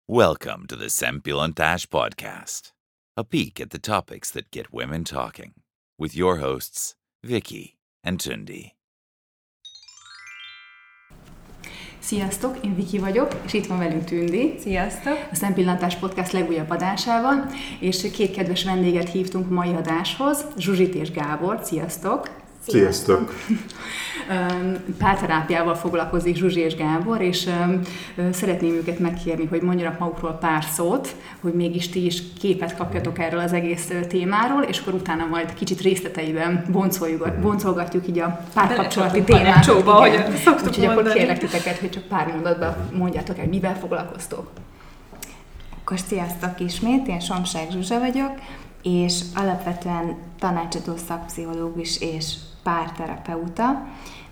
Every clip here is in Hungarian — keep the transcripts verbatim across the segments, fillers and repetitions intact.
Welcome to the Szempillantás Podcast, a peek at the topics that get women talking, with your hosts, Vicky and Tündi. Sziasztok, én Viki vagyok, és itt van velünk Tündi. Sziasztok! A Szempillantás Podcast legújabb adásában, és két kedves vendéget hívtunk mai adáshoz, Zsuzsit és Gábort. Sziasztok! Sziasztok! Párterápiával foglalkozik Zsuzsi és Gábor, és szeretném őket megkérni, hogy mondjanak magukról pár szót, hogy mégis ti is képet kapjatok erről az egész témáról, és akkor utána majd kicsit részleteiben boncolgatjuk így a párkapcsolati témát. Úgyhogy akkor kérlek titeket, hogy csak pár mondatban mondjátok el, mivel foglalkoztok. Akkor sziasztok ismét, én Somság Zsuzsa vagyok, és alapvetően tanácsadó szakpszichológus és párterapeuta.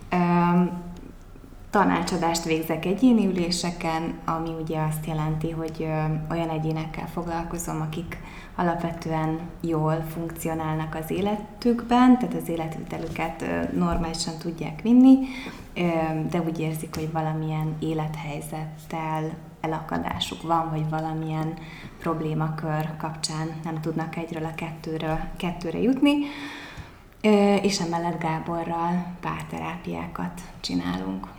Tanácsadást végzek egyéni üléseken, ami ugye azt jelenti, hogy olyan egyénekkel foglalkozom, akik alapvetően jól funkcionálnak az életükben, tehát az életvitelüket normálisan tudják vinni, de úgy érzik, hogy valamilyen élethelyzettel elakadásuk van, vagy valamilyen problémakör kapcsán nem tudnak egyről a kettőről, kettőre jutni, és emellett Gáborral párterápiákat csinálunk.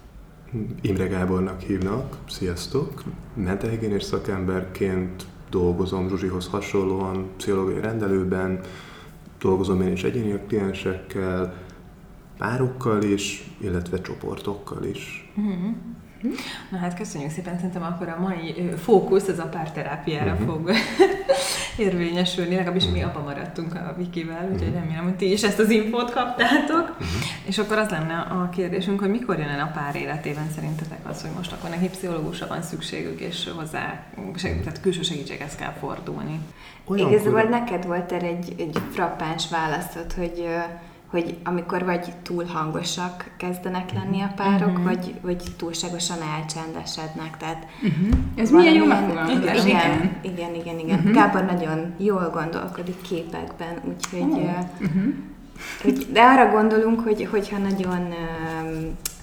Imre Gábornak hívnak, sziasztok! Mentalhigiénés szakemberként dolgozom Zsuzsihoz hasonlóan pszichológiai rendelőben, dolgozom én is egyéni kliensekkel, párokkal is, illetve csoportokkal is. Mm-hmm. Na hát köszönjük szépen, szerintem akkor a mai fókusz ez a párterápiára uh-huh. fog érvényesülni, legalábbis uh-huh. mi abban maradtunk a Vikivel, úgyhogy uh-huh. remélem, hogy ti is ezt az infót kaptátok. Uh-huh. És akkor az lenne a kérdésünk, hogy mikor jön el a pár életében szerintetek az, hogy most akkor neki pszichológusra van szükségük, és hozzá segít, tehát külső segítséghez kell fordulni. Igazából neked volt erre egy, egy frappáns válaszod, hogy hogy amikor vagy túl hangosak kezdenek lenni a párok, uh-huh. vagy, vagy túlságosan elcsendesednek. Tehát uh-huh. Ez milyen jó megfogalmazás. Igen, igen, igen. igen. Uh-huh. Gábor nagyon jól gondolkodik képekben, úgyhogy... Oh. Uh-huh. Hogy, de arra gondolunk, hogy, hogyha nagyon... Um,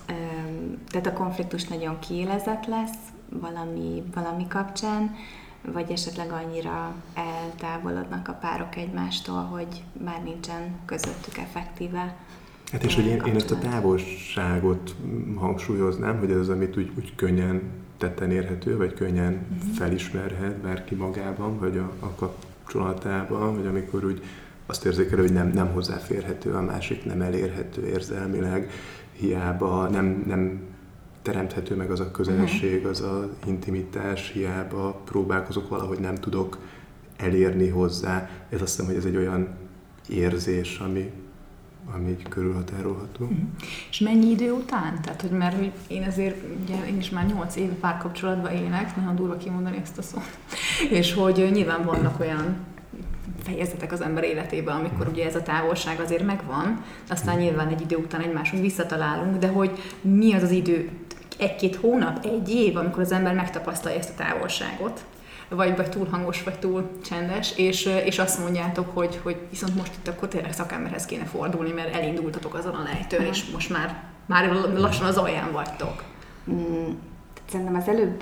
um, tehát a konfliktus nagyon kiélezett lesz valami, valami kapcsán, vagy esetleg annyira eltávolodnak a párok egymástól, hogy már nincsen közöttük effektíve. Hát és hogy én, én ezt a távolságot hangsúlyoznám, hogy ez az, amit úgy, úgy könnyen tetten érhető, vagy könnyen uh-huh. felismerhet bárki magában, vagy a, a kapcsolatában, vagy amikor úgy azt érzékel, hogy nem, nem hozzáférhető, a másik nem elérhető érzelmileg, hiába nem, nem teremthető meg az a közelség, az az intimitás, hiába próbálkozok valahogy nem tudok elérni hozzá. Ez azt hiszem, hogy ez egy olyan érzés, ami, ami így körülhatárolható. Uh-huh. És mennyi idő után? Tehát, hogy mert hogy én azért, ugye én is már nyolc éve párkapcsolatban élek, nagyon durva kimondani ezt a szót, és hogy nyilván vannak olyan fejezetek az ember életében, amikor ugye ez a távolság azért megvan, aztán nyilván egy idő után egymáshoz visszatalálunk, de hogy mi az az idő, egy-két hónap, egy év, amikor az ember megtapasztalja ezt a távolságot, vagy, vagy túl hangos, vagy túl csendes, és, és azt mondjátok, hogy, hogy viszont most itt akkor tényleg szakemberhez kéne fordulni, mert elindultatok azon a lejtőn, és most már, már lassan az alján vagytok. Mm, szerintem az előbb,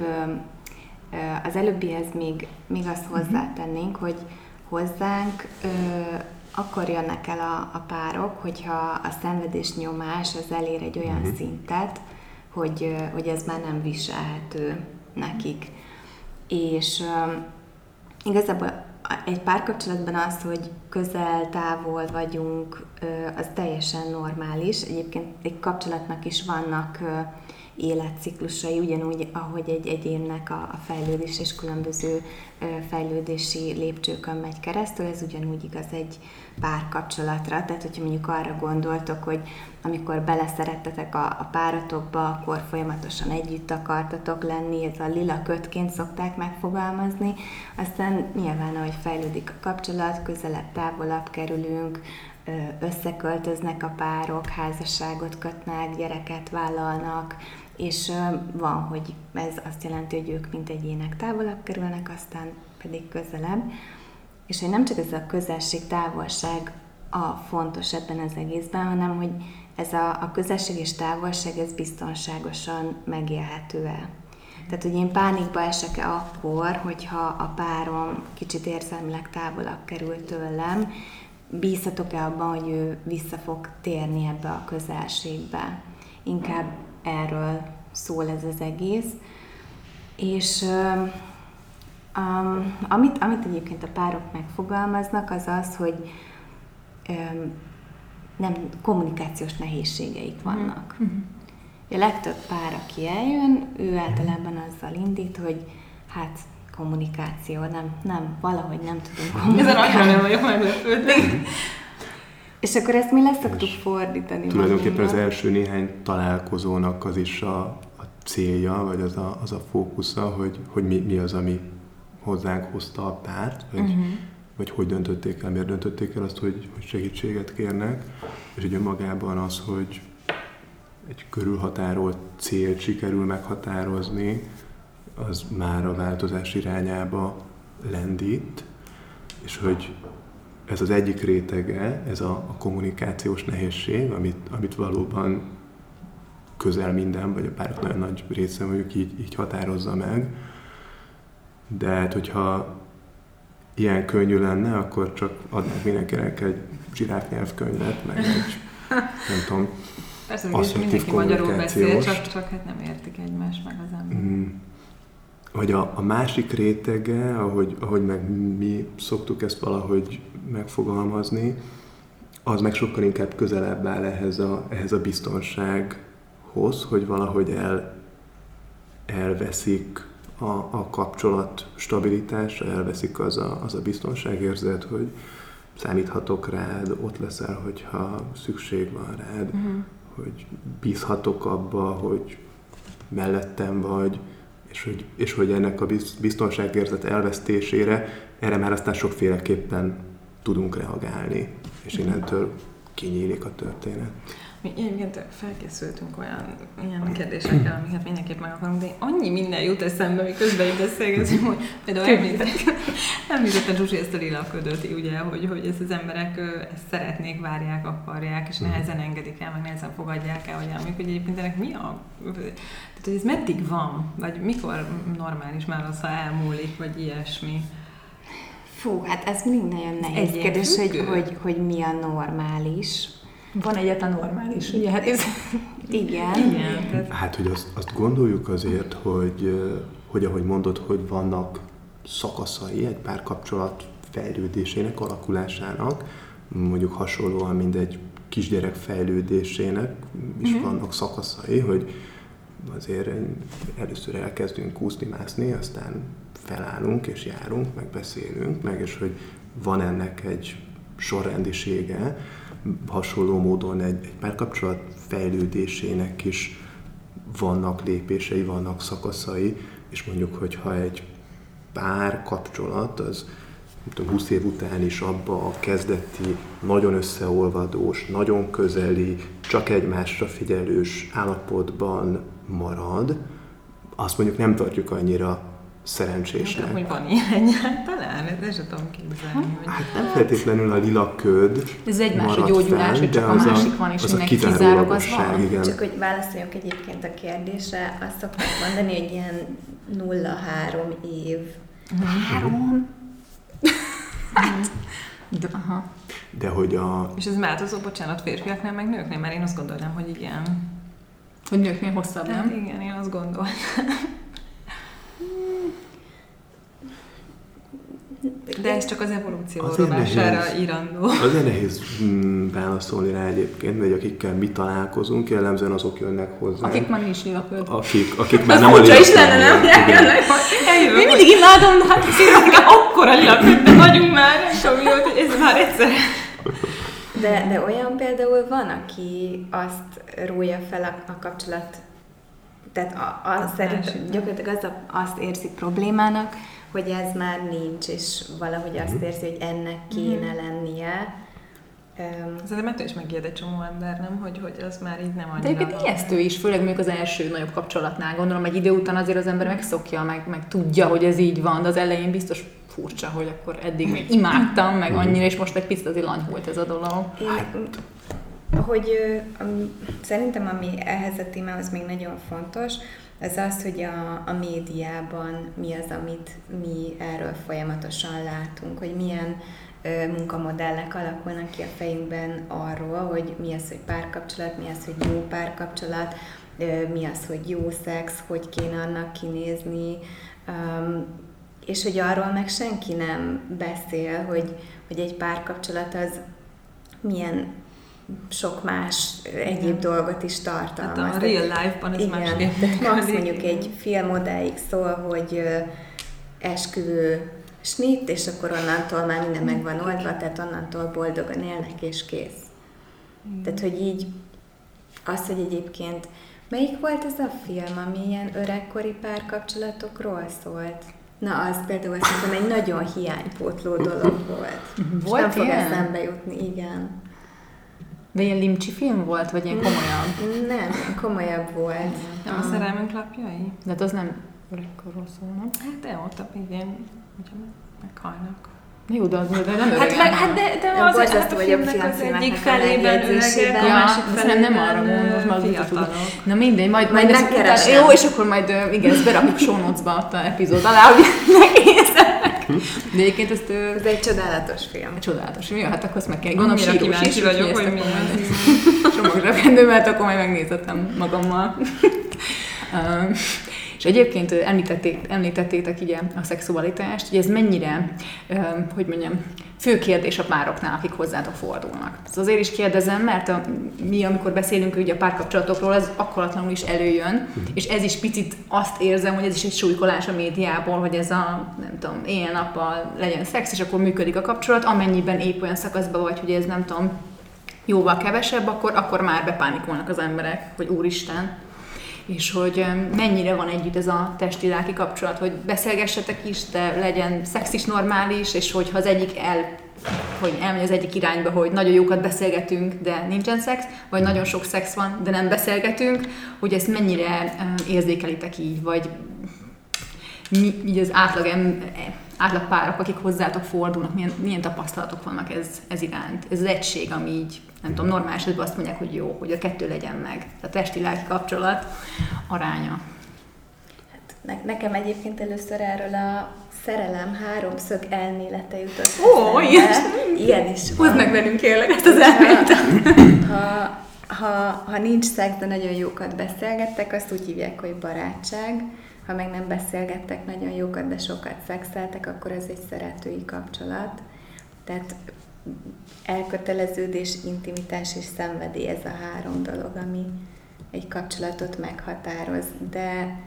az előbbihez még, még azt hozzátennénk, hogy hozzánk ö, akkor jönnek el a, a párok, hogyha a szenvedés nyomás az elér egy olyan uh-huh. szintet, hogy, hogy ez már nem viselhető nekik. És ö, igazából egy párkapcsolatban az, hogy közel-távol vagyunk, ö, az teljesen normális. Egyébként egy kapcsolatnak is vannak ö, életciklusai, ugyanúgy, ahogy egy egyénnek a, a fejlődés és különböző ö, fejlődési lépcsőkön megy keresztül, ez ugyanúgy igaz egy párkapcsolatra. Tehát, hogyha mondjuk arra gondoltok, hogy amikor beleszerettetek a, a páratokba, akkor folyamatosan együtt akartatok lenni, ez a lila kötként szokták megfogalmazni, aztán nyilván, ahogy fejlődik a kapcsolat, közelebb, távolabb kerülünk, összeköltöznek a párok, házasságot kötnek, gyereket vállalnak, és van, hogy ez azt jelenti, hogy ők mint egyének távolabb kerülnek, aztán pedig közelebb. És hogy nem csak ez a közelség, távolság a fontos ebben az egészben, hanem hogy ez a, a közelség és távolság, ez biztonságosan megélhető el. Tehát, hogy én pánikba esek-e akkor, hogyha a párom kicsit érzelmileg távolabb kerül tőlem, bízhatok-e abban, hogy ő vissza fog térni ebbe a közelségbe. Inkább erről szól ez az egész. És um, amit, amit egyébként a párok megfogalmaznak, az az, hogy um, nem kommunikációs nehézségeik vannak. Mm-hmm. A legtöbb pár, aki eljön, ő általában azzal indít, hogy hát kommunikáció, nem, nem, valahogy nem tudunk kommunikálni. Ezen annyira nem vagyok meglepődni. És akkor ezt mi leszoktuk fordítani. Tulajdonképpen az első néhány találkozónak az is a, a célja, vagy az a, az a fókusza, hogy, hogy mi, mi az, ami hozzánk hozta a párt, vagy, uh-huh. vagy hogy döntötték el, miért döntötték el azt, hogy, hogy segítséget kérnek. És ugye magában az, hogy egy körülhatárolt célt sikerül meghatározni, az már a változás irányába lendít, és hogy ez az egyik rétege, ez a, a kommunikációs nehézség, amit, amit valóban közel minden, vagy a párok nagyon nagy része mondjuk így, így határozza meg. De hát, hogyha ilyen könnyű lenne, akkor csak adnánk mindenkinek egy zsiráfnyelvkönyvet, meg egy, nem tudom, persze, hogy mindenki magyarul beszél, csak, csak hát nem értik egymást meg az ember. Mm. Vagy a, a másik rétege, ahogy, ahogy meg mi szoktuk ezt valahogy megfogalmazni, az meg sokkal inkább közelebb áll ehhez a, ehhez a biztonsághoz, hogy valahogy el, elveszik a, a kapcsolat stabilitása, elveszik az a, az a biztonságérzet, hogy számíthatok rád, ott leszel, hogyha szükség van rád, uh-huh. hogy bízhatok abba, hogy mellettem vagy, és hogy, és hogy ennek a biztonságérzet elvesztésére erre már aztán sokféleképpen tudunk reagálni, és innentől kinyílik a történet. Mi egyébként felkészültünk olyan ilyen kérdésekkel, amiket mindenképp meg akarunk, de annyi minden jut eszembe, miközben így beszélgetünk, hogy például említette Zsuzsi ezt a lila ködöt, ugye, hogy, hogy ezt az emberek ezt szeretnék, várják, akarják, és nehezen engedik el, meg nehezen fogadják el, hogy amik, hogy egyébként ennek mi a... Tehát, hogy ez meddig van? Vagy mikor normális már az, ha elmúlik, vagy ilyesmi? Fú, hát ez mindig nagyon nehéz kérdés, hogy, hogy, hogy mi a normális. Van egyetlen normális, ugye? Hát ez... Igen. Igen. Hát, hogy azt, azt gondoljuk azért, hogy, hogy ahogy mondod, hogy vannak szakaszai egy párkapcsolat fejlődésének, alakulásának, mondjuk hasonlóan, mint egy kisgyerek fejlődésének is uh-huh. vannak szakaszai, hogy azért először elkezdünk úszni, mászni, aztán felállunk és járunk, meg beszélünk, meg és hogy van ennek egy sorrendisége, hasonló módon egy, egy párkapcsolat fejlődésének is vannak lépései, vannak szakaszai, és mondjuk, hogyha egy párkapcsolat az tudom, húsz év után is abba a kezdeti, nagyon összeolvadós, nagyon közeli, csak egymásra figyelős állapotban marad, azt mondjuk nem tartjuk annyira szerencsésnek. Hogy van ilyen egyáltalán? Ezt sem tudom képzelni. Hogy... Hát nem feltétlenül a lila köd. Ez egymás a gyógyulás, hogy csak a másik van, és mindenki kizárólag az van. Igen. Csak hogy válaszoljak egyébként a kérdésre, azt szokták mondani, hogy ilyen nulla-három év. Három? Hát, de, aha. De hogy a... És ez változó, bocsánat, férfiaknál, meg nőknél, mert én azt gondolnám, hogy igen. Hogy nőknél hosszabb, nem? Hát igen, én azt gondoltam. De ez csak az evolúció rovására írandó. Azért nehéz mm, válaszolni rá egyébként, mert akikkel mi találkozunk, jellemzően azok jönnek hozzá. Akik már nincs lilaköd. Akik, akik már nem a lilaköd. is lenne, nem? Jönnek, mi mindig imádom, de hát szívem, akkora lilaködben vagyunk már, nem tudom, mi volt, hogy ez már egyszer. De, de olyan például van, aki azt rója fel a, a kapcsolat, tehát a, a, szerint, gyakorlatilag az a, azt érzi problémának, hogy ez már nincs, és valahogy azt érzi, hogy ennek kéne lennie. Szerintem ettől is megijed egy csomó ember, nem? Hogy, hogy az már így nem annyira... De egyébként ijesztő is, főleg mondjuk az első nagyobb kapcsolatnál. Gondolom, egy idő után azért az ember megszokja, meg, meg tudja, hogy ez így van, de az elején biztos furcsa, hogy akkor eddig még imádtam, meg annyira, és most egy picit azért lanyhult ez a dolog. Hát, hogy um, szerintem ami ehhez a témához még nagyon fontos, az az, hogy a, a médiában mi az, amit mi erről folyamatosan látunk, hogy milyen ö, munkamodellek alakulnak ki a fejünkben arról, hogy mi az, hogy párkapcsolat, mi az, hogy jó párkapcsolat, ö, mi az, hogy jó szex, hogy kéne annak kinézni, um, és hogy arról meg senki nem beszél, hogy, hogy egy párkapcsolat az milyen sok más egyéb igen. dolgot is tartalmaz. Hát a real life-ban ez másképp. Tehát azt mondjuk egy film odáig szól, hogy uh, esküvő snitt, és akkor onnantól már minden meg van oldva, tehát onnantól boldogan élnek, és kész. Igen. Tehát, hogy így az, hogy egyébként melyik volt ez a film, ami ilyen öregkori párkapcsolatokról szólt? Na, az például szerintem egy nagyon hiánypótló dolog volt. Volt nem fog ilyen? eszembe jutni, igen. De ilyen limcsi film volt, vagy ilyen komolyabb? Nem, komolyabb volt. Nem a szerelmünk lapjai? De hát az nem öregkorról szól, nem? Hát de ott a ilyen, hogyha meghalnak. Jó, de, az, de nem öreg. Hát, meg, hát de, de nem az, borzasztó, hát a hogy a filmnek az filmnek egyik a felében öregek, a ja, másik felében nem, nem arra mondom, az fiatalok. Na mindegy, majd, majd, majd megkeresem. Jó, és akkor majd igen, ezt berakjuk show notes-ba ott a epizód alá, hogy megnézzenek. De egyébként ezt... Ez egy csodálatos film. Csodálatos film, jó, hát akkor ezt meg kell. Gondolom Annyira sírós is, kíváncsi vagyok, hogy mi az. Csomagra vendőmet, akkor majd megnézhetem magammal. um, és egyébként említették, említettétek ugye a szexualitást, hogy ez mennyire, um, hogy mondjam, fő kérdés a pároknál, akik hozzátok fordulnak. Ez azért is kérdezem, mert a, mi, amikor beszélünk ugye a párkapcsolatokról, az akkoratlanul is előjön, és ez is picit azt érzem, hogy ez is egy súlykolás a médiából, hogy ez a, nem tudom, éjjel-nappal legyen szex, és akkor működik a kapcsolat, amennyiben épp olyan szakaszban vagy, hogy ez nem tudom, jóval kevesebb, akkor, akkor már bepánikolnak az emberek, hogy úristen. És hogy mennyire van együtt ez a testi-lelki kapcsolat, hogy beszélgessetek is, de legyen szex is normális, és hogyha az egyik el, hogy elmegy az egyik irányba, hogy nagyon jókat beszélgetünk, de nincsen szex, vagy nagyon sok szex van, de nem beszélgetünk, hogy ezt mennyire érzékelitek így, vagy mi, így az átlag, em, átlag párok, akik hozzátok fordulnak, milyen, milyen tapasztalatok vannak ez, ez iránt. Ez az egység, ami így, nem tudom, normális esetben azt mondják, hogy jó, hogy a kettő legyen meg. A testi-lelki kapcsolat aránya. Hát ne, nekem egyébként először erről a szerelem háromszög elmélete jutott Ó, ilyen, ilyen is van. Hozd meg velünk kérlek ezt az elméletet. Ha, ha, ha nincs szex, de nagyon jókat beszélgettek, azt úgy hívják, hogy barátság. Ha meg nem beszélgettek nagyon jókat, de sokat szexeltek, akkor ez egy szeretői kapcsolat. Tehát elköteleződés, intimitás és szenvedély, ez a három dolog, ami egy kapcsolatot meghatároz. De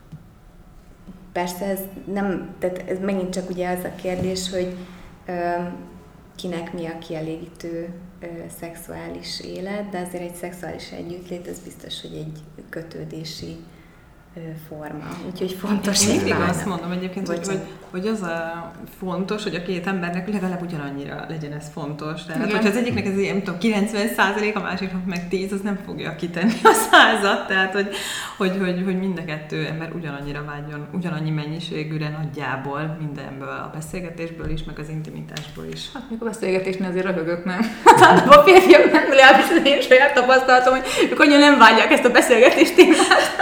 persze ez nem, tehát ez megint csak ugye az a kérdés, hogy ö, kinek mi a kielégítő ö, szexuális élet, de azért egy szexuális együttlét, ez biztos, hogy egy kötődési forma. Úgyhogy fontos. Én mindig azt mondom egyébként, hogy, hogy, hogy az a fontos, hogy a két embernek legalább ugyanannyira legyen ez fontos. Tehát, igen. Hogyha az egyiknek ez ilyen, tudom, kilencven százalék, a másiknak meg tíz, az nem fogja kitenni a százat. Tehát, hogy, hogy, hogy, hogy mind a kettő ember ugyanannyira vágyjon, ugyanannyi mennyiségűre nagyjából mindenből, a beszélgetésből is, meg az intimitásból is. Hát mikor a beszélgetésnél azért röhögök, nem? Hát a férfiak nem, legalábbis az én saját tapasztalatom, hogy ők annyira nem vágyják ezt a beszélgetést témát.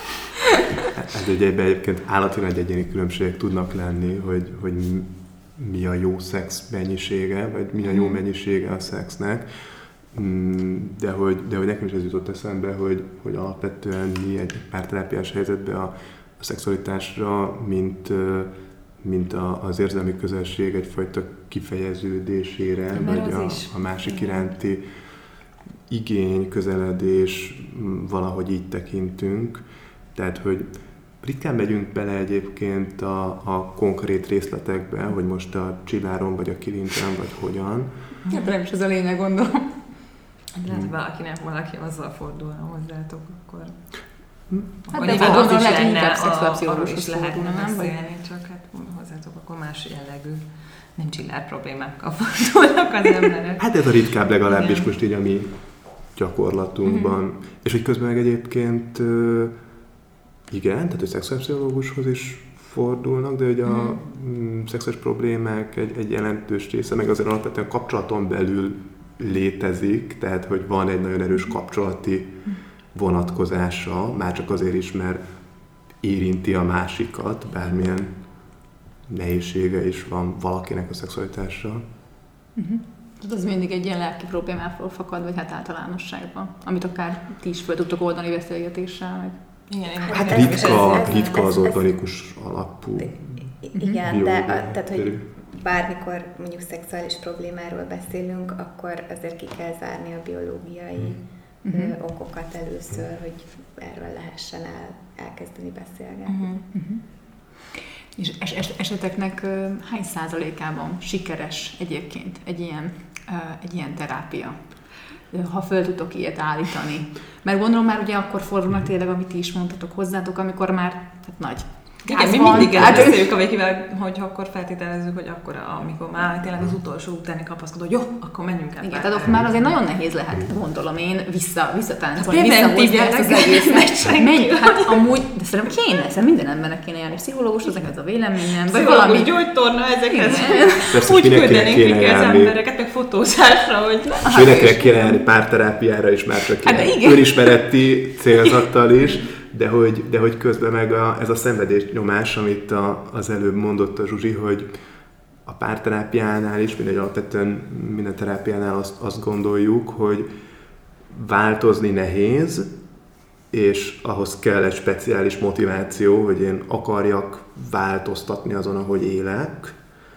Hát ugye ebben egyébként állati nagy egyéni különbségek tudnak lenni, hogy, hogy mi a jó szex mennyisége, vagy mi a jó mennyisége a szexnek, de hogy, de hogy nekem is ez jutott eszembe, hogy, hogy alapvetően mi egy párterápiás helyzetben a, a szexualitásra, mint, mint a, az érzelmi közelség egyfajta kifejeződésére, de vagy a, a másik iránti igény, közeledés, valahogy így tekintünk. Tehát, hogy ritkán megyünk bele egyébként a, a konkrét részletekbe, hogy most a csilláron, vagy a kilincsen, vagy hogyan. Hát nem is ez a lényeg, gondolom. Lehet, hogy valakinek valaki azzal fordulna hozzátok, akkor... Hát akkor de nyilván gondolom, az is lehet, lenne, szexuálpszichológus is lehetne fordulna, nem? beszélni, csak hát hozzátok akkor más jellegű, nem csillár problémákkal fordulnak az emberek. Hát ez a ritkább legalábbis most így a mi gyakorlatunkban. Mm-hmm. És hogy közben meg egyébként igen, tehát hogy szexuálpszichológushoz is fordulnak, de hogy a mm. szexuális problémák egy, egy jelentős része, meg azért alapvetően kapcsolaton belül létezik, tehát hogy van egy nagyon erős kapcsolati vonatkozása, már csak azért is, mert érinti a másikat, bármilyen nehézsége is van valakinek a szexualitással. Uh-huh. Az mindig egy ilyen lelki problémából fakad, vagy hát általánosságban, amit akár ti is fel tudtok oldani beszélgetéssel, meg. Igen, hát ritka, ez, ez, ritka az organikus alapú. Igen, de a, tehát, hogy bármikor mondjuk szexuális problémáról beszélünk, akkor azért ki kell zárni a biológiai uh-huh. okokat először, hogy erről lehessen el, elkezdeni beszélgetni. Uh-huh. Uh-huh. És es- es- eseteknek uh, hány százalékában sikeres egyébként egy ilyen, uh, egy ilyen terápia? Ha föl tudtok ilyet állítani. Mert gondolom már ugye akkor fordulnak tényleg, amit ti is mondtatok hozzátok, amikor már tehát nagy igen, mi mindig elbeszéljük a Vikivel, hogy akkor feltételezzük, hogy akkor, amikor már tényleg az utolsó utáni kapaszkodó, hogy jó, akkor menjünk el. Igen, tehát már azért nagyon nehéz lehet, gondolom én, vissza, visszatáncolni, visszahozni ezt az egész menj. Hát amúgy, de szerintem kéne, szerintem minden embernek kéne járni pszichológushoz, ez a véleményem, vagy valami. Gyógytorna ezekhez. Úgy küldenénk ki az embereket, meg fotózásra, hogy... És mindenkinek kéne járni párterápiára is, már csak ilyen önismereti célzattal is. De hogy, de hogy közben meg a, ez a szenvedésnyomás, amit a, az előbb mondott a Zsuzsi, hogy a párterápiánál is, mindegy, alapvetően minden terápiánál azt, azt gondoljuk, hogy változni nehéz, és ahhoz kell egy speciális motiváció, hogy én akarjak változtatni azon, ahogy élek,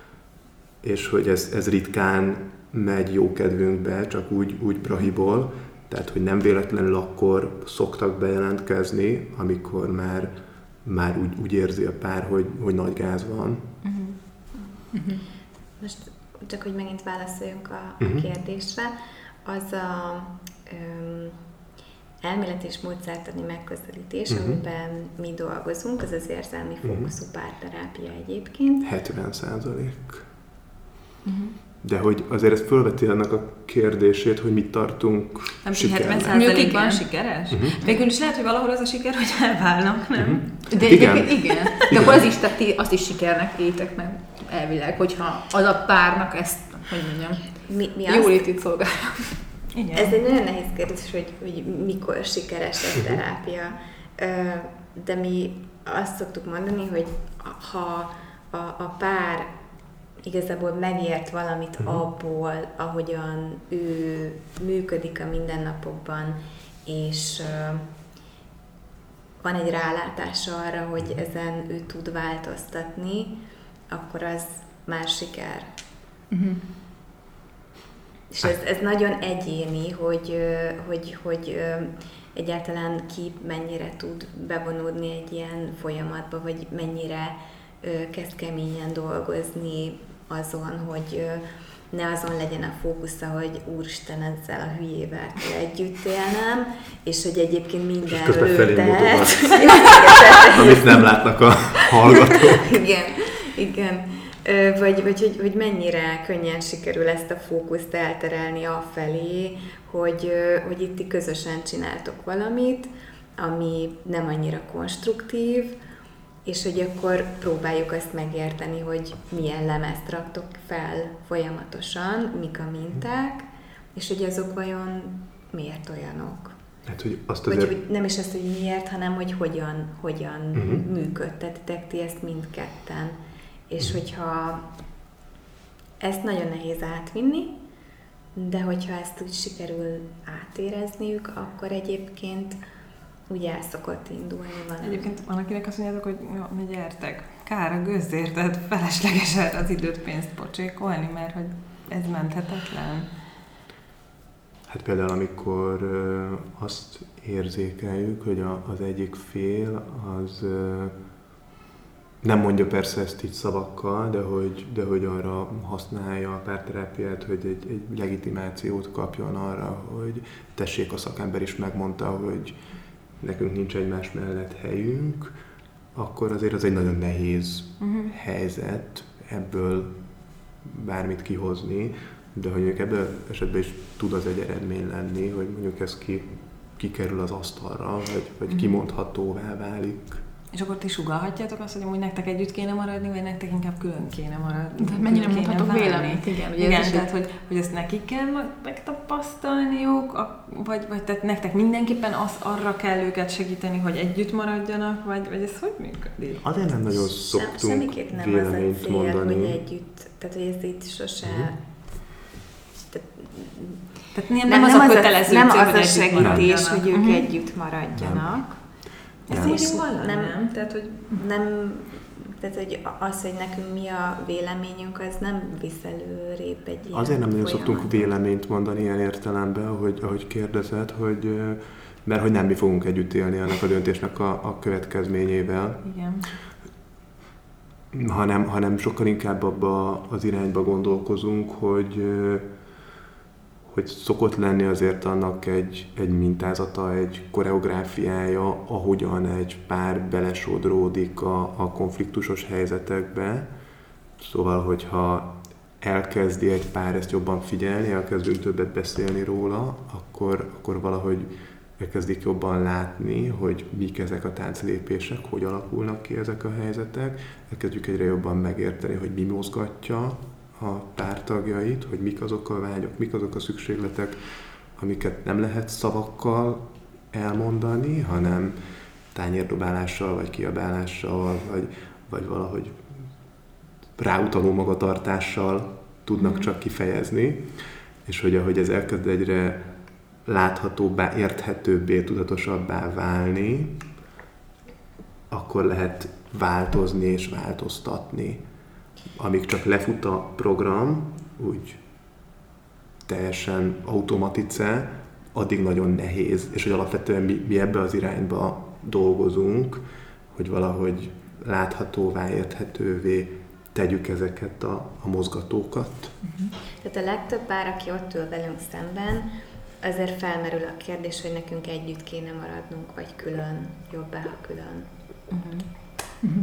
és hogy ez, ez ritkán megy jó kedvünkbe, csak úgy, úgy brahiból. Tehát, hogy nem véletlenül akkor szoktak bejelentkezni, amikor már, már úgy, úgy érzi a pár, hogy, hogy nagy gáz van. Uh-huh. Uh-huh. Most csak, hogy megint válaszoljunk a, uh-huh. a kérdésre, az a um, elmélet és módszertani megközelítés, uh-huh. amiben mi dolgozunk, az az érzelmi fókuszú uh-huh. párterápia egyébként. hetven százalék. Uh-huh. De hogy azért ezt fölveti annak a kérdését, hogy mit tartunk nem sikernek. hetven százalékban sikeres? Uh-huh. Végül is lehet, hogy valahol az a siker, hogy elválnak, nem? Uh-huh. De igen. igen. igen. De akkor az is, tehát ti azt is sikernek étek meg elvileg, hogyha az a párnak ezt, hogy mondjam, mi, mi jólétét szolgálja. Igen. Ez egy nagyon nehéz kérdés, hogy, hogy mikor sikeres egy terápia. De mi azt szoktuk mondani, hogy ha a, a pár igazából megért valamit uh-huh. abból, ahogyan ő működik a mindennapokban, és uh, van egy rálátása arra, hogy ezen ő tud változtatni, akkor az már siker. Uh-huh. És ez, ez nagyon egyéni, hogy, hogy, hogy egyáltalán ki mennyire tud bevonódni egy ilyen folyamatba, vagy mennyire kezd keményen dolgozni azon, hogy ne azon legyen a fókusza, hogy úristen, ezzel a hülyével kell együtt élnem, és hogy egyébként mindenről ő tehet. Amit nem látnak a hallgatók. Igen, igen. Vagy, vagy hogy, hogy mennyire könnyen sikerül ezt a fókuszt elterelni afelé, hogy, hogy itt közösen csináltok valamit, ami nem annyira konstruktív, és hogy akkor próbáljuk azt megérteni, hogy milyen lemezt raktok fel folyamatosan, mik a minták, és hogy azok vajon miért olyanok. Hát, hogy azt azért... Vagy hogy nem is azt, hogy miért, hanem hogy hogyan, hogyan uh-huh. működtetitek ti ezt mindketten. És uh-huh. hogyha ezt nagyon nehéz átvinni, de hogyha ezt úgy sikerül átérezniük, akkor egyébként úgy el szokott indulni valami. Egyébként van, akinek azt mondjátok, hogy jó, ne gyertek, kár a gőzért, tehát felesleges az időt, pénzt pocsékolni, mert hogy ez menthetetlen. Hát például, amikor ö, azt érzékeljük, hogy a, az egyik fél az ö, nem mondja persze ezt így szavakkal, de hogy, de hogy arra használja a párterápiát, hogy egy, egy legitimációt kapjon arra, hogy tessék, a szakember is megmondta, hogy nekünk nincs egymás mellett helyünk, akkor azért az egy nagyon nehéz uh-huh. helyzet ebből bármit kihozni, de hogy mondjuk ebből esetben is tud az egy eredmény lenni, hogy mondjuk ez ki, kikerül az asztalra, vagy, vagy uh-huh. kimondhatóvá válik. És akkor ti sugallhatjátok azt, hogy amúgy nektek együtt kéne maradni, vagy nektek inkább külön kéne maradni. Tehát mennyire mondhatok véleményt, igen. Ugye igen, tehát hogy, hogy ezt nekik kell megtapasztalniuk, vagy, vagy tehát nektek mindenképpen az, arra kell őket segíteni, hogy együtt maradjanak, vagy, vagy ez hogy működik? Azért nem nagyon szoktunk Sem, semmiképp nem véleményt az a cél, mondani. hogy együtt, tehát hogy ez itt sose... Mm. Tehát nem, nem, nem az, az a kötelező nem cél, az a segítés, hogy ők uh-huh. együtt maradjanak. Ez nem. így van, nem, nem? Tehát, hogy nem, tehát, hogy az, hogy nekünk mi a véleményünk, az nem visz előrébb egy ilyen Azért nem nagyon folyamatot. szoktunk véleményt mondani ilyen értelemben, hogy, ahogy kérdezed, hogy, mert hogy nem mi fogunk együtt élni annak a döntésnek a, a következményével. Igen. Hanem, hanem sokkal inkább abba az irányba gondolkozunk, hogy hogy szokott lenni azért annak egy, egy mintázata, egy koreográfiája, ahogyan egy pár belesodródik a, a konfliktusos helyzetekbe. Szóval, hogyha elkezdi egy pár ezt jobban figyelni, elkezdünk többet beszélni róla, akkor, akkor valahogy elkezdik jobban látni, hogy mik ezek a tánclépések, hogy alakulnak ki ezek a helyzetek, elkezdjük egyre jobban megérteni, hogy mi mozgatja a pártagjait, hogy mik azok a vágyok, mik azok a szükségletek, amiket nem lehet szavakkal elmondani, hanem tányérdobálással, vagy kiabálással, vagy, vagy valahogy ráutaló magatartással tudnak mm. csak kifejezni, és hogy ahogy ez elkezd egyre láthatóbbá, érthetőbbé, tudatosabbá válni, akkor lehet változni és változtatni. Amíg csak lefut a program, úgy teljesen automatice, addig nagyon nehéz, és hogy alapvetően mi, mi ebbe az irányba dolgozunk, hogy valahogy láthatóvá, érthetővé tegyük ezeket a, a mozgatókat. Uh-huh. Tehát a legtöbb pár, aki ott ül velünk szemben, azért felmerül a kérdés, hogy nekünk együtt kéne maradnunk, vagy külön, jobbá, ha külön. Uh-huh. Uh-huh.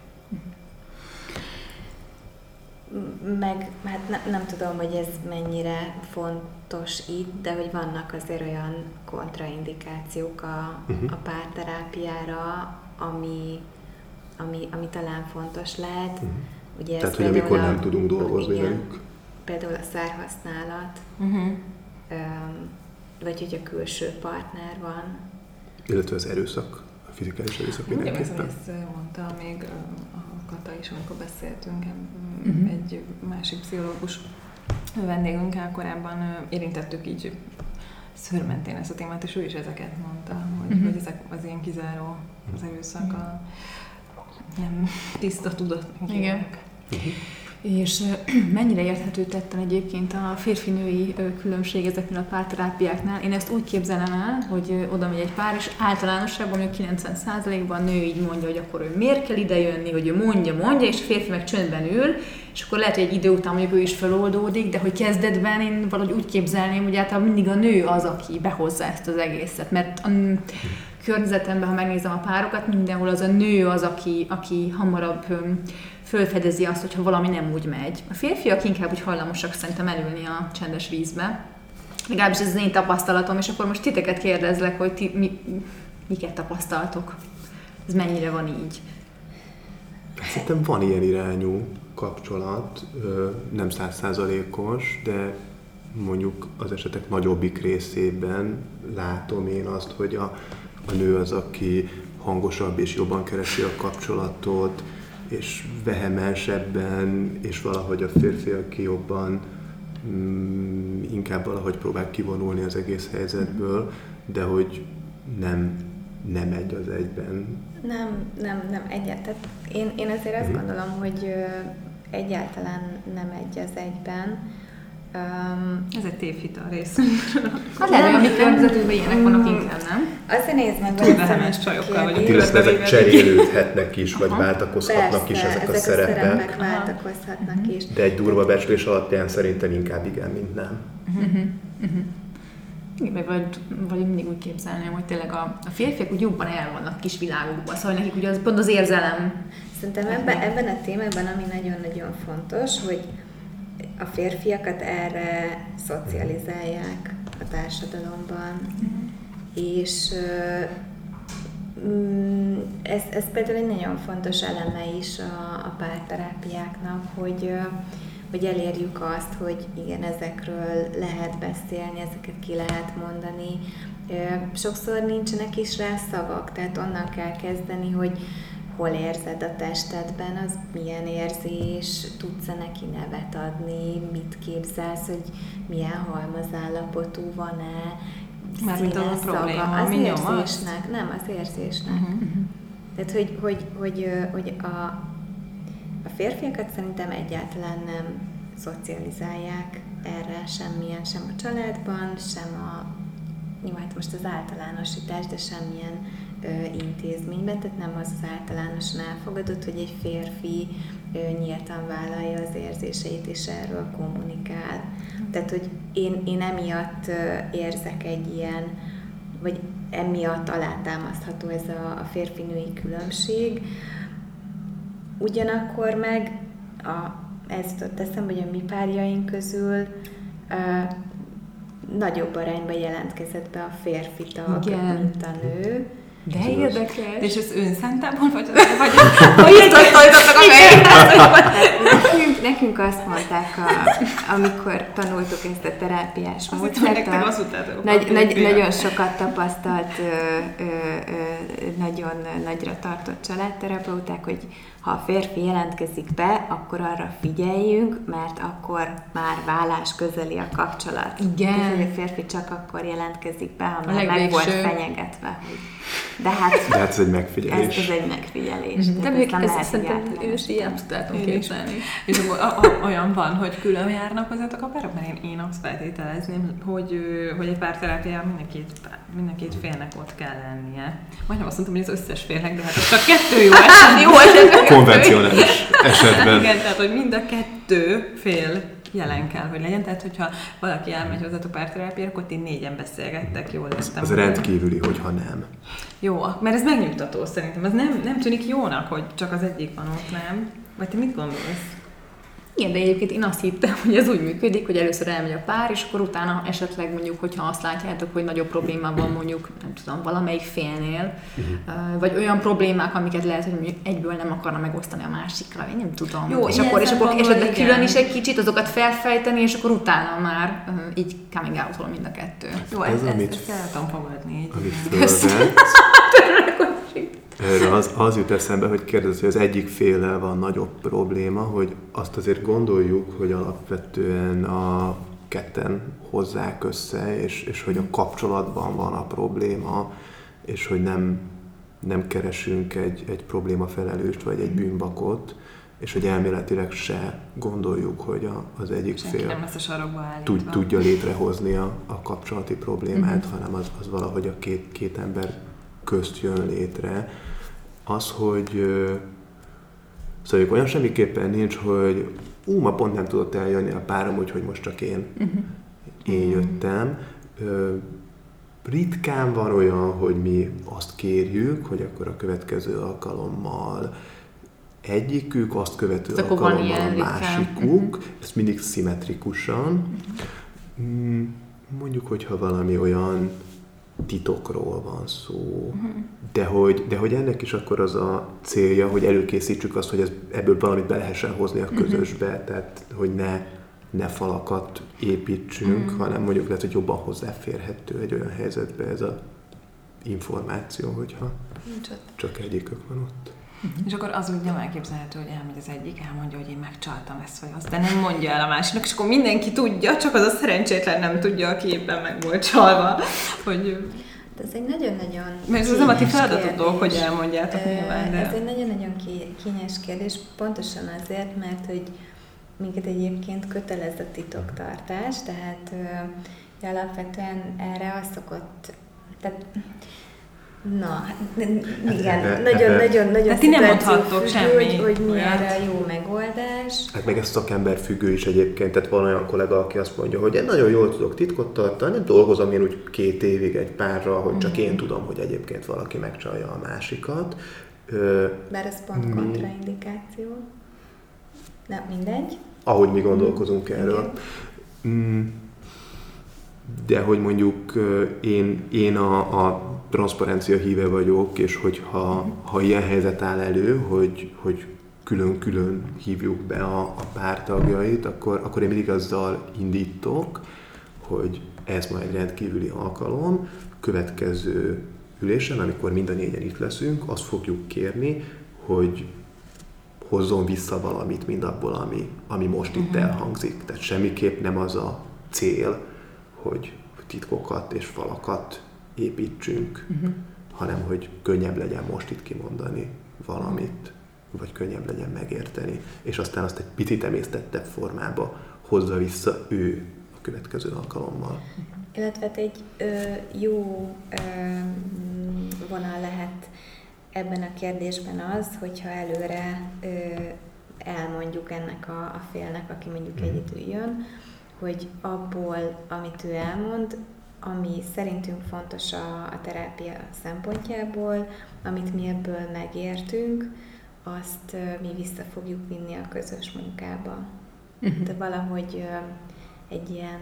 Meg, hát ne, nem tudom, hogy ez mennyire fontos itt, de hogy vannak azért olyan kontraindikációk a, uh-huh. a párterápiára, ami, ami, ami talán fontos lehet. Uh-huh. Ugye Tehát, hogy amikor a, nem tudunk dolgozni igen, velük. Például a szárhasználat, uh-huh. öm, vagy hogy a külső partner van. Illetve az erőszak, a fizikális erőszak mindenképpen. Ezt mondta még a Kata is, amikor beszéltünk, uh-huh. egy másik pszichológus vendégünkkel korábban érintettük így szőrmentén ezt a témát, és ő is ezeket mondta, hogy, uh-huh. hogy ezek az ilyen kizáró az erőszak, a nem tiszta tudat. Igen. Uh-huh. És mennyire érthető tetten egyébként a férfi-női különbség ezeknél a párterápiáknál? Én ezt úgy képzelem el, hogy oda megy egy pár, és általánosságban mondjuk kilencven százalékban a nő így mondja, hogy akkor ő miért kell idejönni, hogy ő mondja, mondja, és a férfi meg csöndben ül, és akkor lehet, hogy egy idő után mondjuk ő is feloldódik, de hogy kezdetben én valahogy úgy képzelném, hogy általában mindig a nő az, aki behozza ezt az egészet, mert a környezetemben, ha megnézem a párokat, mindenhol az a nő az, aki, aki hamarabb fölfedezi azt, hogyha valami nem úgy megy. A férfiak inkább úgy hajlamosak szerintem elülni a csendes vízbe. Legalábbis ez az én tapasztalatom, és akkor most titeket kérdezlek, hogy ti mi, miket tapasztaltok. Ez mennyire van így? Szerintem van ilyen irányú kapcsolat, nem százszázalékos, de mondjuk az esetek nagyobbik részében látom én azt, hogy a, a nő az, aki hangosabb és jobban keresi a kapcsolatot, és vehemensebben, és valahogy a férfi, aki jobban mm, inkább valahogy próbál kivonulni az egész helyzetből, de hogy nem, nem egy az egyben. Nem, nem, nem egyáltalán. Én, én azért azt gondolom, hogy egyáltalán nem egy az egyben. Um, Ez egy tévhit a részünkről. Hát lehet, hogy a mi környezetünkben ilyenek vannak inkább, nem? Azért nézd meg, hogy vehemes csajokkal vagyunk. Illetve ezek cserélődhetnek is, vagy váltakozhatnak Persze, is ezek, ezek a szerepek. a szerepek váltakozhatnak uh-huh. is. De egy durva becslés alapján szerintem inkább igen, mint nem. Uh-huh. Uh-huh. Igen, vagy, vagy mindig úgy képzelném, hogy tényleg a, a férfiak úgy jobban el vannak kis világukban, szóval nekik ugye az pont az érzelem. Szerintem ebben, ebben a témában, ami nagyon-nagyon fontos, hogy a férfiakat erre szocializálják a társadalomban, mm. és ez, ez például egy nagyon fontos eleme is a, a párterápiáknak, hogy, hogy elérjük azt, hogy igen, ezekről lehet beszélni, ezeket ki lehet mondani. Sokszor nincsenek is rá szavak, tehát onnan kell kezdeni, hogy hol érzed a testedben, az milyen érzés, tudsz-e neki nevet adni, mit képzelsz, hogy milyen halmazállapotú van-e, Mármint az a probléma, az ami érzésnek, nem, az érzésnek. Uh-huh. Tehát, hogy, hogy, hogy, hogy a, a férfiakat szerintem egyáltalán nem szocializálják erre semmilyen, sem a családban, sem a, jó, hát most az általánosítás, de semmilyen ö, intézményben, tehát nem az az általánosan elfogadott, hogy egy férfi ö, nyíltan vállalja az érzéseit, és erről kommunikál. Tehát, hogy én, én emiatt ö, érzek egy ilyen, vagy emiatt alátámasztható ez a, a férfi-női különbség. Ugyanakkor meg a, ez jutott eszembe, hogy a mi párjaink közül ö, nagyobb arányban jelentkezett be a férfi tag, igen, mint a nő. De érdekes. És ez önszentából, vagy az, vagy hogy itt tartottak a fejét? Nekünk, nekünk azt mondták, a, amikor tanultuk ezt a terápiás módszert, nagy, nagy, nagyon sokat tapasztalt, ö, ö, ö, nagyon nagyra tartott családterapeuták, hogy ha a férfi jelentkezik be, akkor arra figyeljünk, mert akkor már válás közeli a kapcsolat. Igen. Tehát, hogy a férfi csak akkor jelentkezik be, ha már meg volt fenyegetve, hogy de hát, de hát ez egy megfigyelés. Ez, ez egy megfigyelés. Mm-hmm. De még ezt szerintem én is így el tudtátok képzelni. És akkor olyan van, hogy külön járnak hozzátok a párok? Mert én, én azt feltételezném, hogy, hogy egy párterápián mindenkit, mindenkit félnek ott kell lennie. Majdnem azt mondtam, hogy az összes félnek, de hát az csak kettő jó eset. Jó esetben. Konvencionális esetben. Igen, tehát hogy mind a kettő fél jelen kell, hogy legyen. Tehát, hogyha valaki elmegy hozzátok párterápiára, akkor ti négyen beszélgettek, jól értem. Az rendkívüli, hogyha nem. Jó, mert ez megnyugtató szerintem. Ez nem, nem tűnik jónak, hogy csak az egyik van ott, nem? Vagy te mit gondolsz? Igen, de egyébként én azt hittem, hogy ez úgy működik, hogy először elmegy a pár, és akkor utána esetleg mondjuk, hogyha azt látjátok, hogy nagyobb probléma van mondjuk, nem tudom, valamelyik félnél, uh-huh. vagy olyan problémák, amiket lehet, hogy mondjuk egyből nem akarna megosztani a másikkal, én nem tudom. Jó, és akkor, és akkor esetleg külön is egy kicsit azokat felfejteni, és akkor utána már uh, így coming out-ol mind a kettő. Jó, ez, ez, ezt, ezt el tudom fogadni. Erre az, az jut eszembe, hogy kérdez, hogy az egyik féllel van nagyobb probléma, hogy azt azért gondoljuk, hogy alapvetően a ketten hozzák össze, és, és hogy a kapcsolatban van a probléma, és hogy nem, nem keresünk egy, egy problémafelelőst, vagy egy bűnbakot, és hogy elméletileg se gondoljuk, hogy a, az egyik senki fél tud, tudja létrehozni a, a kapcsolati problémát, mm-hmm. hanem az, az valahogy a két, két ember közt jön létre. Az, hogy szóval olyan semmiképpen nincs, hogy ú, ma pont nem tudott eljönni a párom, úgyhogy most csak én, uh-huh. én jöttem. Ritkán van olyan, hogy mi azt kérjük, hogy akkor a következő alkalommal egyikük, azt követő ez alkalommal a másikuk, uh-huh. ez mindig szimmetrikusan. Uh-huh. Mondjuk, hogyha valami olyan titokról van szó, uh-huh. de, hogy, de hogy ennek is akkor az a célja, hogy előkészítsük azt, hogy ez, ebből valamit be lehessen hozni a közösbe, uh-huh. tehát hogy ne, ne falakat építsünk, uh-huh. hanem mondjuk lehet, hogy jobban hozzáférhető egy olyan helyzetbe ez az információ, hogyha csak egyikük van ott. Uh-huh. És akkor az úgy nem elképzelhető, hogy elmegy az egyik, elmondja, hogy én megcsaltam ezt vagy azt, de nem mondja el a másiknak, és akkor mindenki tudja, csak az a szerencsétlen nem tudja, aki éppen meg volt csalva, hogy... De ez egy nagyon-nagyon Mert ez nem a ti feladatotok, hogy elmondjátok e, nyilván, de... Ez egy nagyon-nagyon kényes kérdés, pontosan azért, mert hogy minket egyébként kötelez a titoktartás, tehát ö, alapvetően erre az szokott... Tehát, na, igen, nagyon-nagyon-nagyon hát nem mondhattok semmi, hogy, hogy mi erre a jó megoldás. Hát meg ez szakember függő is egyébként, tehát van olyan kollega, aki azt mondja, hogy én nagyon jól tudok titkot tartani, nem dolgozom én úgy két évig egy párral, hogy csak én tudom, hogy egyébként valaki megcsalja a másikat. Bár ez pont mi... kontraindikáció. Nem, mindegy. Ahogy mi gondolkozunk mm. erről. Mm. de hogy mondjuk én, én a, a transzparencia híve vagyok, és hogyha ha ilyen helyzet áll elő, hogy, hogy külön-külön hívjuk be a, a pártagjait, akkor, akkor én mindig azzal indítok, hogy ez majd rendkívüli alkalom, következő ülésen, amikor mind a négyen itt leszünk, azt fogjuk kérni, hogy hozzon vissza valamit mindabból, ami, ami most uh-huh. itt elhangzik. Tehát semmiképp nem az a cél, hogy titkokat és falakat építsünk, uh-huh. hanem hogy könnyebb legyen most itt kimondani valamit, vagy könnyebb legyen megérteni, és aztán azt egy picit emésztettebb formába hozza vissza ő a következő alkalommal. Illetve egy ö, jó ö, vonal lehet ebben a kérdésben az, hogyha előre ö, elmondjuk ennek a, a félnek, aki mondjuk egyedül jön, hogy abból, amit ő elmond, ami szerintünk fontos a, a terápia szempontjából, amit mi ebből megértünk, azt ö, mi vissza fogjuk vinni a közös munkába. Uh-huh. De valahogy ö, egy ilyen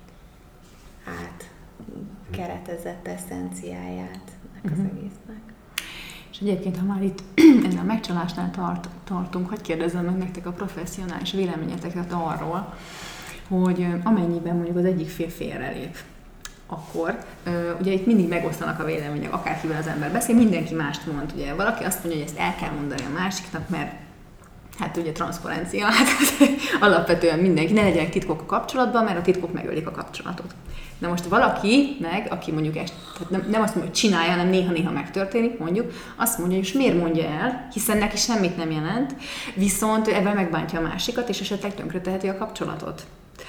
átkeretezett eszenciáját ennek az uh-huh. egésznek. És egyébként, ha már itt ennél a megcsalásnál tart, tartunk, hadd kérdezzem meg nektek a professzionális véleményeteket arról, hogy amennyiben mondjuk az egyik fél félrelép, akkor ugye itt mindig megosztanak a vélemények, akárkivel az ember beszél, mindenki mást mond. Ugye valaki azt mondja, hogy ezt el kell mondani a másiknak, mert hát ugye transzparencia, hát alapvetően mindenki, ne legyenek titkok a kapcsolatban, mert a titkok megölik a kapcsolatot. Na most valaki meg, aki mondjuk ezt, tehát nem, nem azt mondja, hogy csinálja, hanem néha-néha megtörténik, mondjuk, azt mondja, hogy és miért mondja el, hiszen neki semmit nem jelent, viszont ebben megbántja a másikat, és esetleg tönkreteheti a kapcsolatot.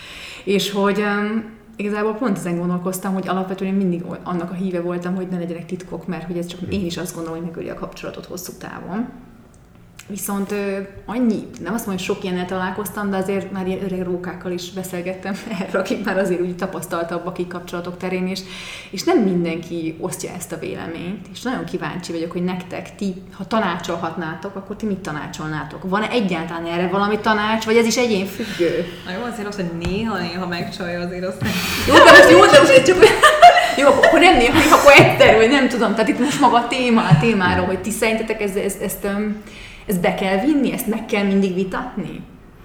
És hogy um, igazából pont ezen gondolkoztam, hogy alapvetően mindig annak a híve voltam, hogy ne legyenek titkok, mert hogy ez csak én is azt gondolom, hogy megöli a kapcsolatot hosszú távon. Viszont ö, annyi, nem azt mondom, hogy sok ilyennel találkoztam, de azért már ilyen öreg rókákkal is beszélgettem erről, akik már azért úgy tapasztaltabbak így kapcsolatok terén, és, és nem mindenki osztja ezt a véleményt, és nagyon kíváncsi vagyok, hogy nektek, ti, ha tanácsolhatnátok, akkor ti mit tanácsolnátok? Van-e egyáltalán erre valami tanács, vagy ez is egyénfüggő? Na jó, azért az, hogy néha-néha megcsalja, azért azt nem... Jó, de most jó, de most egy csak... Jó, akkor nem néha, akkor egyszer, vagy nem tudom, tehát itt most maga a téma, a témáról, hogy ti szerintetek ezt, ezt, ezt, ezt be kell vinni, ezt meg kell mindig vitatni?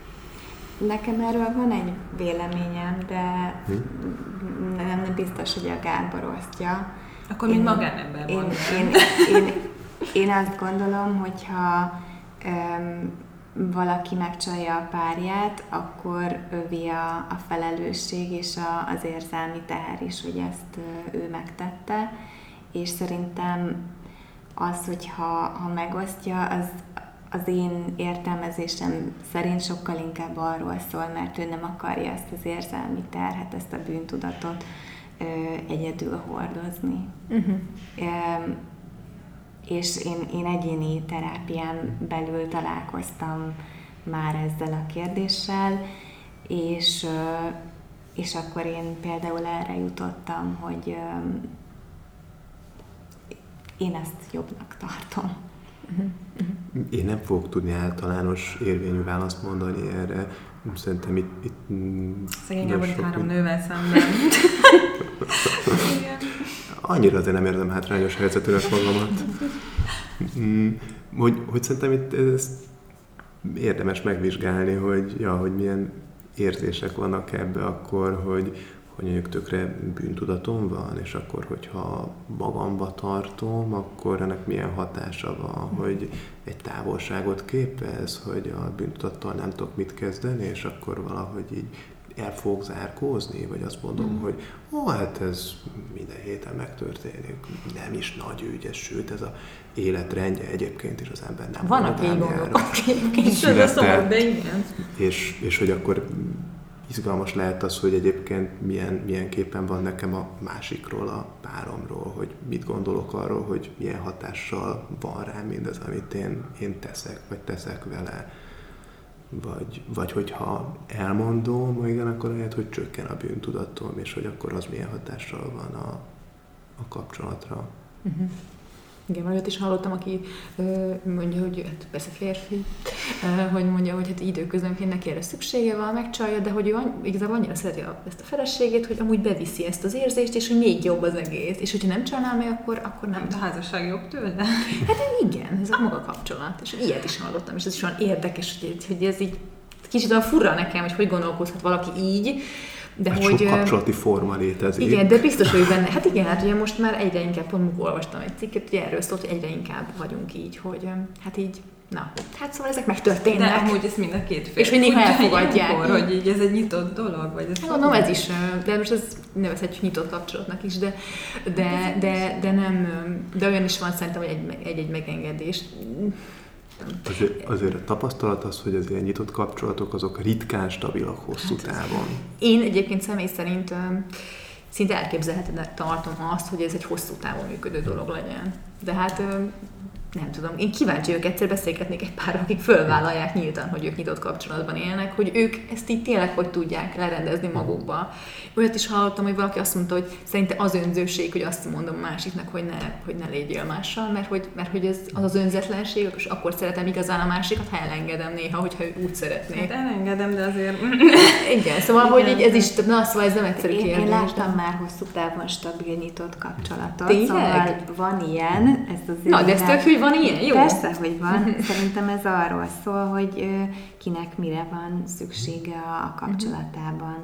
Nekem erről van egy véleményem, de nem, nem biztos, hogy a Gábor osztja. Akkor mint magánember van. Én, én, én, én azt gondolom, hogyha um, valaki megcsalja a párját, akkor övé a, a felelősség és a, az érzelmi teher is, hogy ezt ő megtette, és szerintem az, hogyha ha megosztja, az az én értelmezésem szerint sokkal inkább arról szól, mert ő nem akarja ezt az érzelmi terhet, ezt a bűntudatot ö, egyedül hordozni. Uh-huh. Ö, és én, én egyéni terápián belül találkoztam már ezzel a kérdéssel, és, ö, és akkor én például erre jutottam, hogy ö, én ezt jobbnak tartom. Uh-huh. Uh-huh. Én nem fogok tudni általános érvényű választ mondani erre. Szerintem itt... itt Szegény Gábor itt három nővel szemben. Annyira azért nem érzem hátrányos helyzetűnek magamat. hogy, hogy szerintem itt ezt érdemes megvizsgálni, hogy, ja, hogy milyen érzések vannak ebbe akkor, hogy hogy mondjuk tökre bűntudatom van, és akkor, hogyha magamba tartom, akkor ennek milyen hatása van, hogy egy távolságot képez, hogy a bűntudattal nem tudok mit kezdeni, és akkor valahogy így el fogok zárkózni, vagy azt mondom, mm. hogy ó, hát ez minden héten megtörténik, nem is nagy ügy, ez, sőt, ez a életrendje egyébként is az ember nem vannak így gondok, és, és hogy akkor izgalmas lehet az, hogy egyébként milyen, milyen képen van nekem a másikról, a páromról, hogy mit gondolok arról, hogy milyen hatással van rám mindez, amit én, én teszek, vagy teszek vele. Vagy, vagy hogyha elmondom, igen, akkor lehet, hogy csökken a bűntudatom, és hogy akkor az milyen hatással van a, a kapcsolatra. Uh-huh. Igen, olyat is hallottam, aki mondja, hogy hát persze férfi, hogy mondja, hogy hát időközönként neki erre szüksége van, megcsalja, de hogy ő igazából annyira szereti ezt a feleségét, hogy amúgy beviszi ezt az érzést, és hogy még jobb az egész. És hogyha nem csalná meg, akkor, akkor nem. A házasság jobb tőle? Hát igen, ez a maga kapcsolat. És ilyet is hallottam, és ez is olyan érdekes, hogy, hogy ez így kicsit olyan furra nekem, hogy hogy gondolkozhat valaki így. De hát hogy, sok kapcsolati forma létezik. Igen, de biztos, hogy benne. Hát igen, hát ugye most már egyre inkább, pont olvastam egy cikket, hogy erről szólt, hogy egyre inkább vagyunk így, hogy hát így, na, hát szóval ezek megtörténnek. De amúgy ezt mind a két fél. És hogy néha elfogadják. Ilyenkor, hogy így ez egy nyitott dolog, vagy ez... Gondolom ez is, de most ez nevezhetjük nyitott kapcsolatnak is, de, de, de, de nem, de olyan is van szerintem, hogy egy-egy megengedés. Azért, azért a tapasztalat az, hogy az ilyen nyitott kapcsolatok azok ritkán stabilak hosszú távon. Én egyébként személy szerint szinte elképzelhetetlen tartom azt, hogy ez egy hosszú távon működő dolog legyen. De hát nem tudom, én kíváncsi vagyok, egyszer beszélgetnék egy pár, akik fölvállalják nyíltan, hogy ők nyitott kapcsolatban élnek, hogy ők ezt így tényleg hogy tudják lerendezni magukba. Olyat is hallottam, hogy valaki azt mondta, hogy szerinte az önzőség, hogy azt mondom másiknak, hogy ne, hogy ne légyél mással, mert hogy, mert hogy ez az az önzetlenség, és akkor szeretem igazán a másikat, ha elengedem néha, hogyha ő úgy szeretné. Hát elengedem, de azért... Igen, szóval, hogy így ez is, na, szóval ez nem egyszerű én, kérdés. Én láttam de... már hosszú távon stabil nyitott kapcsolatot, tényleg? Szóval van ilyen. Ez azért na, de ez tök, hogy van ilyen, jó? Persze, hogy van. Szerintem ez arról szól, hogy kinek mire van szüksége a kapcsolatában.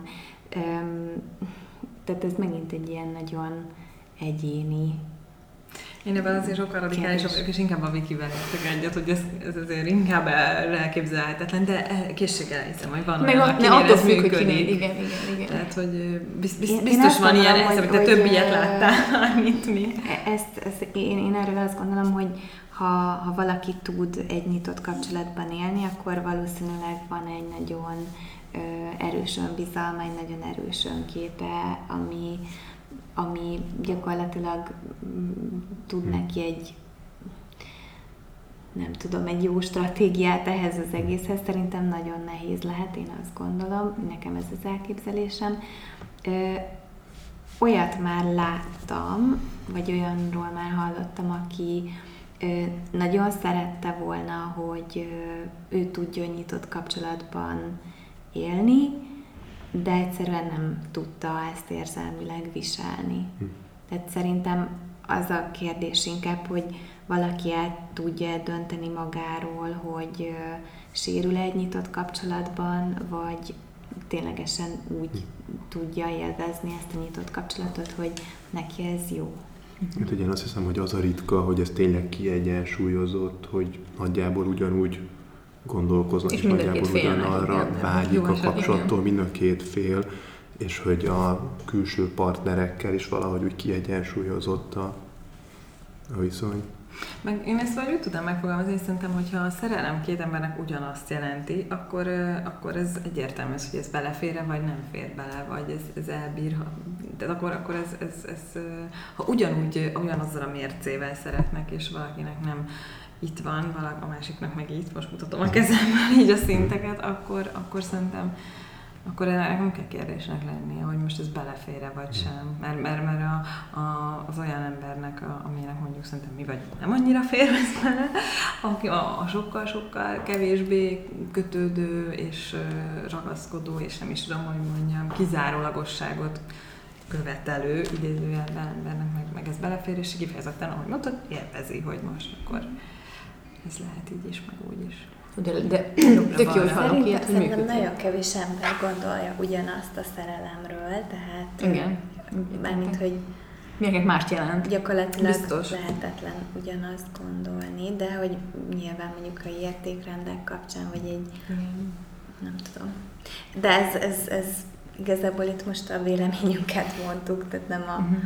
Tehát ez megint egy ilyen nagyon egyéni. Én ebben azért sokkal radikálisabb vagyok, és inkább a Vikivel értek egyet, hogy ez, ez azért inkább elképzelhetetlen, de készséggel hiszem, hogy van olyan, akinél ez működik. Igen, igen, igen. Tehát, hogy biztos, biztos van ilyen esze, hogy te több ilyet láttál, mint mi. Ezt, ezt, én, én erről azt gondolom, hogy ha, ha valaki tud egy nyitott kapcsolatban élni, akkor valószínűleg van egy nagyon ö, erős önbizalma, egy nagyon erős önképe, ami, ami gyakorlatilag tud neki egy, nem tudom, egy jó stratégiát ehhez az egészhez. Szerintem nagyon nehéz lehet, én azt gondolom, nekem ez az elképzelésem. Ö, olyat már láttam, vagy olyanról már hallottam, aki nagyon szerette volna, hogy ő tudjon nyitott kapcsolatban élni, de egyszerűen nem tudta ezt érzelmileg viselni. Hm. Tehát szerintem az a kérdés inkább, hogy valaki el tudja dönteni magáról, hogy sérül egy nyitott kapcsolatban, vagy ténylegesen úgy hm. tudja élvezni ezt a nyitott kapcsolatot, hogy neki ez jó. Hát ugye én azt hiszem, hogy az a ritka, hogy ez tényleg kiegyensúlyozott, hogy nagyjából ugyanúgy gondolkoznak, és, és nagyjából ugyanarra vágyik a kapcsolattól mind a két fél, és hogy a külső partnerekkel is valahogy úgy kiegyensúlyozott a, a viszony. Meg én ezt valahogy úgy tudom megfogalmazni, és szerintem, hogyha a szerelem két embernek ugyanazt jelenti, akkor, akkor ez egyértelmű, hogy ez belefér, vagy nem fér bele, vagy ez, ez elbír. Tehát akkor, akkor ez, ez, ez, ha ugyanúgy, ugyanazzal a mércével szeretnek, és valakinek nem itt van, valaki, a másiknak meg itt, most mutatom a kezemmel így a szinteket, akkor, akkor szerintem akkor ennek nem kell kérdésnek lennie, hogy most ez belefér-e vagy sem. Mert, mert, mert a, a, az olyan embernek, a, aminek mondjuk szerintem mi vagyunk nem annyira fér bele, aki a, a sokkal-sokkal kevésbé kötődő és ragaszkodó, és nem is tudom, hogy mondjam, kizárólagosságot követelő idézőjelben embernek meg, meg ez belefér, és kifejezetten, ahogy mondtad, élvezi, hogy most akkor ez lehet így is, meg úgy is. De, de tök jó, hogy hallok ilyet, hogy működik. Nagyon kevés ember gondolja ugyanazt a szerelemről, tehát igen. Mármint, hogy milyen mást jelent. Gyakorlatilag biztos. Lehetetlen ugyanazt gondolni, de hogy nyilván mondjuk a értékrendek kapcsán, vagy egy, igen. nem tudom. De ez, ez, ez igazából itt most a véleményünket mondtuk, tehát nem a uh-huh.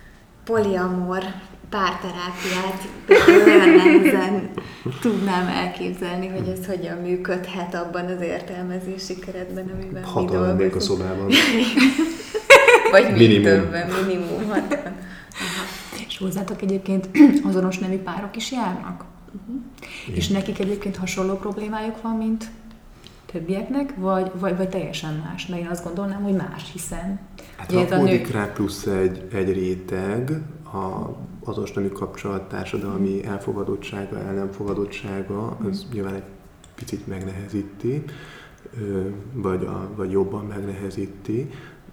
poliamor párterápiát olyan nehezen tudnám elképzelni, hogy ez hogyan működhet abban az értelmezési keretben, amiben hatan mi dolgozunk. lennék a szobában. Vagy még többen, minimum hatan. És hozzátok egyébként azonos nemű párok is járnak? Uh-huh. És nekik egyébként hasonló problémájuk van, mint többieknek, vagy, vagy, vagy teljesen más? De én azt gondolnám, hogy más, hiszen... Hát rakódik nő... rá plusz egy, egy réteg, a azonos nemű kapcsolat társadalmi elfogadottsága, el nem fogadottsága, az mm. nyilván egy picit megnehezíti, vagy, a, vagy jobban megnehezíti,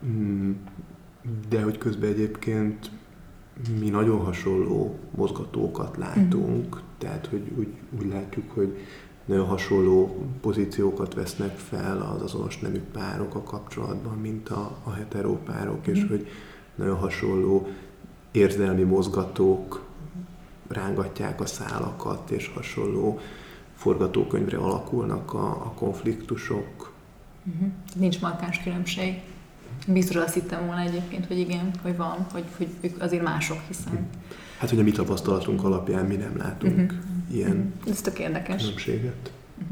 de hogy közben egyébként mi nagyon hasonló mozgatókat látunk, mm. tehát hogy úgy, úgy látjuk, hogy nagyon hasonló pozíciókat vesznek fel az azonos nemű párok a kapcsolatban, mint a, a hetero párok, mm. és hogy nagyon hasonló érzelmi mozgatók rángatják a szálakat, és hasonló forgatókönyvre alakulnak a, a konfliktusok. Uh-huh. Nincs markáns különbség. Biztos azt hittem volna egyébként, hogy igen, hogy van, hogy, hogy ők azért mások, hiszen... Hát, hogy a mi tapasztalatunk alapján mi nem látunk uh-huh. ilyen uh-huh. Ez tök érdekes. különbséget. Uh-huh.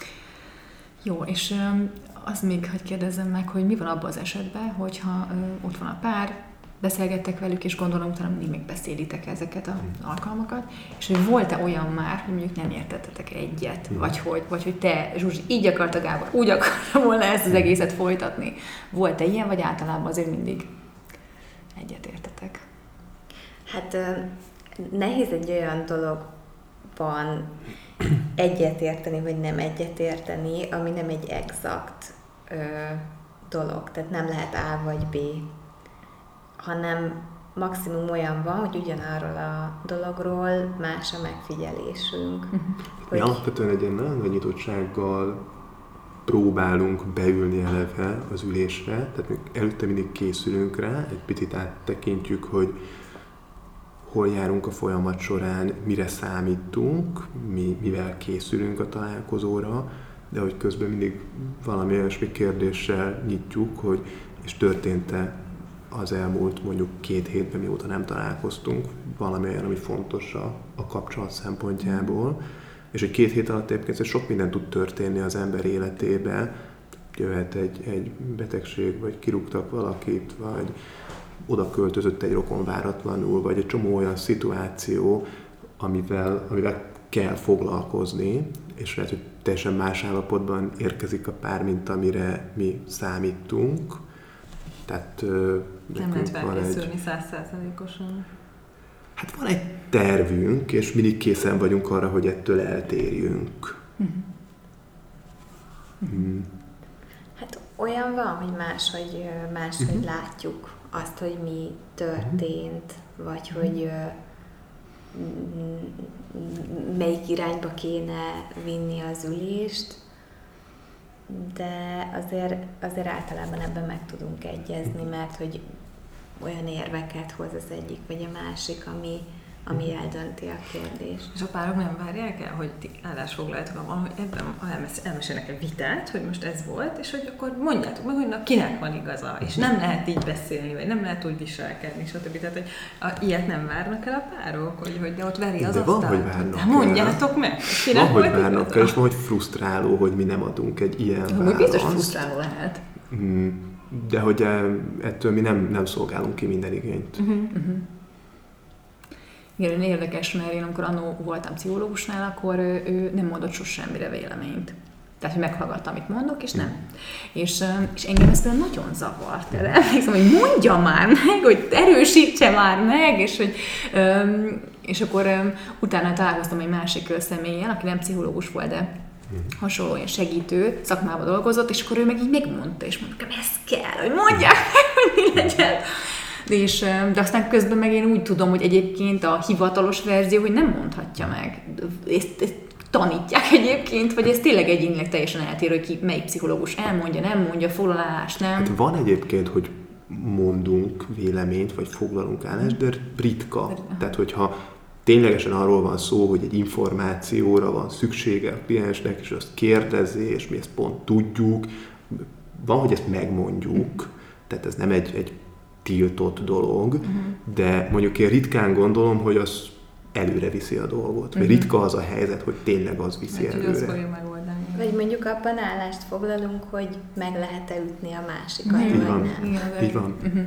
Jó, és um, azt még, hogy kérdezzem meg, hogy mi van abban az esetben, hogyha um, ott van a pár, beszélgettek velük, és gondolom, utána mindig még beszélitek ezeket az mm. alkalmakat, és hogy volt-e olyan már, hogy mondjuk nem értettetek egyet, mm. vagy, hogy, vagy hogy te, Zsuzsi, így akarta Gábor, úgy akarta volna ezt az egészet folytatni. Volt-e ilyen, vagy általában azért mindig egyet értetek? Hát nehéz egy olyan dologban egyet érteni, vagy nem egyet érteni, ami nem egy exakt ö, dolog, tehát nem lehet A vagy B, hanem maximum olyan van, hogy ugyanarról a dologról más a megfigyelésünk. Uh-huh. Hogy... Mi alapvetően egy ilyen nagyon nagy nyitottsággal próbálunk beülni eleve az ülésre, tehát még előtte mindig készülünk rá, egy picit áttekintjük, hogy hol járunk a folyamat során, mire számítunk, mi, mivel készülünk a találkozóra, de hogy közben mindig valami olyasmi kérdéssel nyitjuk, hogy és történt-e az elmúlt mondjuk két hétben, mióta nem találkoztunk, valami olyan, ami fontos a, a kapcsolat szempontjából, és egy két hét alatt egyébként sok minden tud történni az ember életébe, jöhet egy, egy betegség, vagy kirúgtak valakit, vagy oda költözött egy rokon váratlanul, vagy egy csomó olyan szituáció, amivel, amivel kell foglalkozni, és lehet, hogy teljesen más állapotban érkezik a pár, mint amire mi számítunk. Tehát nem lehet felkészülni száz százalékosan. Hát van egy tervünk, és mindig készen vagyunk arra, hogy ettől eltérjünk. Uh-huh. Uh-huh. Hát olyan van, hogy máshogy, máshogy uh-huh. látjuk azt, hogy mi történt, uh-huh. vagy hogy melyik irányba kéne vinni az ülést, de azért, azért általában ebben meg tudunk egyezni, mert hogy olyan érveket hoz az egyik vagy a másik, ami, ami eldönti a kérdést. És a párok nem várják el, hogy ti állásfoglaljátok abban, hogy ebben elmesélnek egy vitát, hogy most ez volt, és hogy akkor mondjátok meg, hogy na, kinek van igaza, és nem lehet így beszélni, vagy nem lehet úgy viselkedni, stb. Tehát, hogy a, ilyet nem várnak el a párok, hogy, hogy de ott veri az asztalt. De van, hogy várnak el. Mondjátok meg, kinek van, hogy várnak el, és van, hogy frusztráló, hogy mi nem adunk egy ilyen választ. Biztos frusztráló lehet. De hogy ettől mi nem, nem szolgálunk ki minden igényt. Uh-huh, uh-huh. Igen, érdekes, mert én amikor annó voltam pszichológusnál, akkor ő, ő nem mondott sosem semmire véleményt. Tehát, hogy meghallgatta, amit mondok, és nem. És, és engem ez például nagyon zavart. Erre emlékszem, hogy mondja már meg, hogy erősítse már meg, és, hogy, és akkor utána találkoztam egy másik személlyel, aki nem pszichológus volt, de hasonló ilyen segítő szakmában dolgozott, és akkor ő meg így megmondta, és mondta, hogy ez kell, hogy mondják meg, hogy mi legyen. De, és, de aztán közben meg én úgy tudom, hogy egyébként a hivatalos verzió, hogy nem mondhatja meg. Ezt, ezt tanítják egyébként, vagy ez tényleg egyénileg teljesen eltérő, hogy ki, melyik pszichológus elmondja, nem mondja, foglalás, nem? Hát van egyébként, hogy mondunk véleményt, vagy foglalunk állást, de ritka. Tehát, hogyha ténylegesen arról van szó, hogy egy információra van szüksége a kliensnek, és azt kérdezi, és mi ezt pont tudjuk. Van, hogy ezt megmondjuk, tehát ez nem egy, egy tiltott dolog, uh-huh. de mondjuk én ritkán gondolom, hogy az előre viszi a dolgot. Mert uh-huh. ritka az a helyzet, hogy tényleg az viszi mert előre. Az fogja megoldani. Vagy mondjuk abban állást foglalunk, hogy meg lehet-e ütni a másikat, így vagy van. nem. Igen, így van. Uh-huh.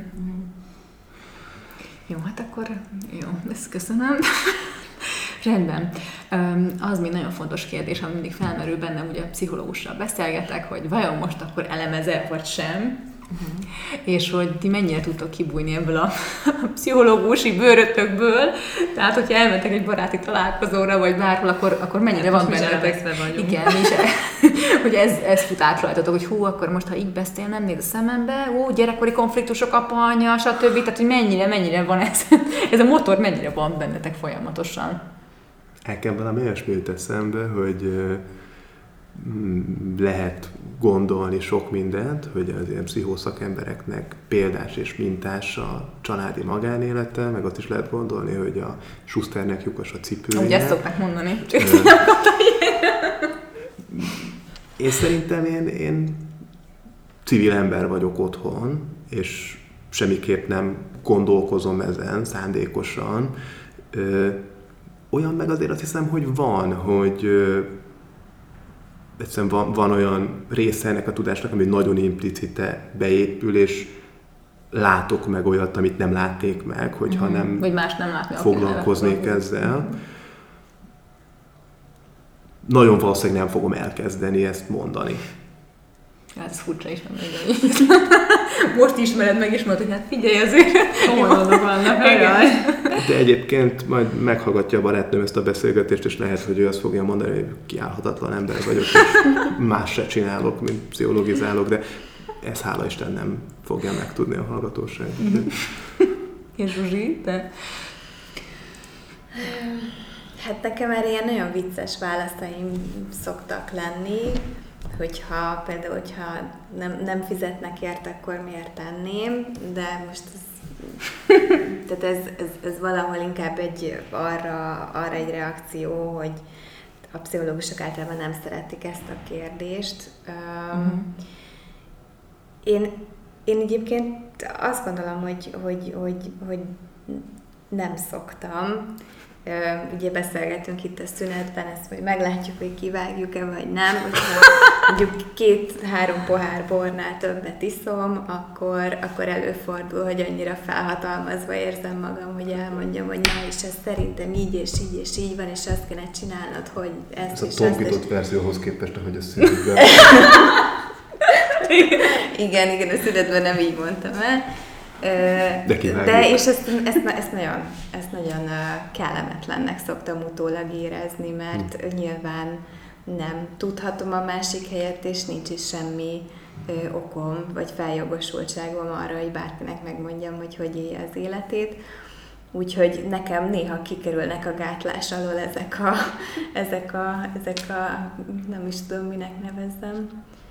Jó, hát akkor jó, ezt köszönöm. Rendben. Az még nagyon fontos kérdés, ami mindig felmerül bennem, ugye a pszichológussal beszélgetek, hogy vajon most akkor elemez-e, vagy sem. Uh-huh. És hogy ti mennyire tudtok kibújni ebből a pszichológusi bőrötökből, tehát hogyha elmentek egy baráti találkozóra, vagy bárhol, akkor, akkor mennyire hát, van bennetek. Igen, és hogy ez, ez fut át rajtatok, hogy hú, akkor most ha így beszél, nem néz a szemembe, ó, gyerekkori konfliktusok, apa, anya, stb. Tehát, hogy mennyire, mennyire van ez, ez a motor, mennyire van bennetek folyamatosan. Nekem valami olyasmi jut eszembe, hogy lehet gondolni sok mindent, hogy az ilyen pszichoszakembereknek példás és mintás a családi magánélete, meg azt is lehet gondolni, hogy a Schusternek lyukas a cipője. Ugye ezt szokták mondani. Én szerintem én, én civil ember vagyok otthon, és semmiképp nem gondolkozom ezen szándékosan. Ö, olyan meg azért azt hiszem, hogy van, hogy ö, egyszerűen van, van olyan része ennek a tudásnak, ami nagyon implicite beépül, és látok meg olyat, amit nem látnék meg, hogyha mm-hmm. nem, vagy más nem látni, foglalkoznék ezzel. Mm-hmm. Nagyon valószínűleg nem fogom elkezdeni ezt mondani. Hát ez furcsa is, nem most ismered meg, és mondod, hogy hát figyelj azért. Homolodok vannak, jaj. De egyébként majd meghallgatja a barátnőm ezt a beszélgetést, és lehet, hogy ő azt fogja mondani, hogy kiállhatatlan ember vagyok, és más se csinálok, mint pszichologizálok, de ez hála Isten nem fogja megtudni a hallgatóság. És Zsuzsi, te? Hát nekem erre ilyen nagyon vicces válaszaim szoktak lenni, hogyha például, hogyha nem, nem fizetnek ért, akkor miért tenném, de most ez, tehát ez, ez, ez valahol inkább egy arra, arra egy reakció, hogy a pszichológusok általában nem szeretik ezt a kérdést. Uh-huh. Én, én egyébként azt gondolom, hogy, hogy, hogy, hogy nem szoktam. Ugye beszélgetünk itt a szünetben, ezt hogy meglátjuk, hogy kivágjuk-e, vagy nem. Hogyha mondjuk két-három pohár bornál többet iszom, akkor, akkor előfordul, hogy annyira felhatalmazva érzem magam, hogy elmondjam, hogy na, és ez szerintem így, és így, és így van, és azt kéne csinálnod, hogy ezt ez és a tompított verzióhoz képest, ahogy a szünetben. igen, igen, a szünetben nem így mondtam el. De, De és ezt, ezt, ezt, nagyon, ezt nagyon kellemetlennek szoktam utólag érezni, mert hmm. nyilván nem tudhatom a másik helyet, és nincs is semmi ö, okom, vagy feljogosultságom arra, hogy bárkinek megmondjam, hogy hogy élje az életét. Úgyhogy nekem néha kikerülnek a gátlás alól ezek a, ezek a, ezek a nem is tudom, minek nevezzem.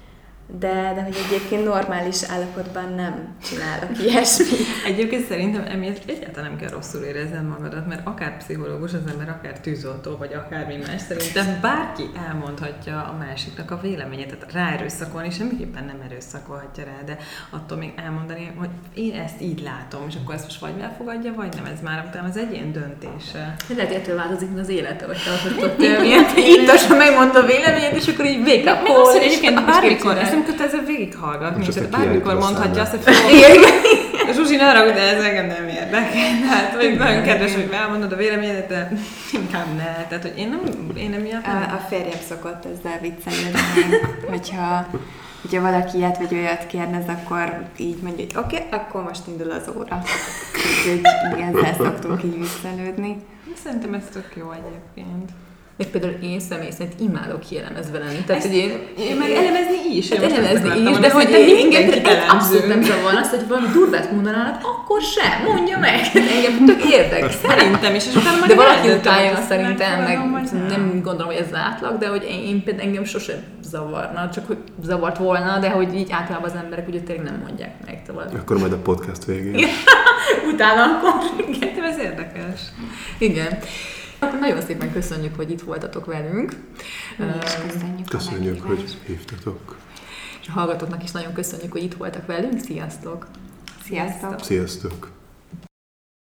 De, de hogy egyébként normális állapotban nem csinálok ilyesmit. Egyébként szerintem emiatt egyáltalán nem kell rosszul érezned magadat, mert akár pszichológus az ember, akár tűzoltó, vagy akármi más, szerintem bárki elmondhatja a másiknak a véleményét, tehát ráerőszakolni semmiképpen nem erőszakolhatja rá, de attól még elmondani, hogy én ezt így látom, és akkor ezt most vagy elfogadja, vagy nem, ez már utána az egyén döntése. Lehet, ettől változik az élete, hogy te ott itt megmondod a véleményét, és akkor így wake up call, és egyébként bármikor kötelező végighallgatni, és bármikor mondhatja azt, hogy Zsuzsi, ne haragudj, de ez engem nem érdekel. Hát, hogy nagyon kedves, hogy elmondod a véleményedet, de inkább ne. Tehát, hogy én nem, én nem ilyet nem. A, a férjem szokott ezzel viccelődni, hogyha, hogyha valaki ilyet vagy olyat kérdez, akkor így mondja, hogy oké, okay, akkor most indul az óra. Úgyhogy ezzel szoktunk így viccelődni. Szerintem ez tök jó egyébként. Még például én személy szerint imádok kielemezve lenni. Tehát, hogy én, én meg elemezni is. Hát elemezni is, de hogy én engem abszolút nem zavar azt, hogy valami durvát mondanának, akkor sem, mondja meg. Engem tök érdekel. Szerintem is. És utána de valaki utálja szerintem, meg nem gondolom, hogy ez átlag, de hogy én például engem sosem zavarna, csak hogy zavart volna, de hogy így általában az emberek ugye tényleg nem mondják meg. Akkor majd a podcast végén. Utána akkor. Szerintem ez érdekes. Igen. Nagyon szépen köszönjük, hogy itt voltatok velünk. Mi is köszönjük. Köszönjük, hogy hívtatok. És a hallgatóknak is nagyon köszönjük, hogy itt voltak velünk. Sziasztok! Sziasztok! Sziasztok!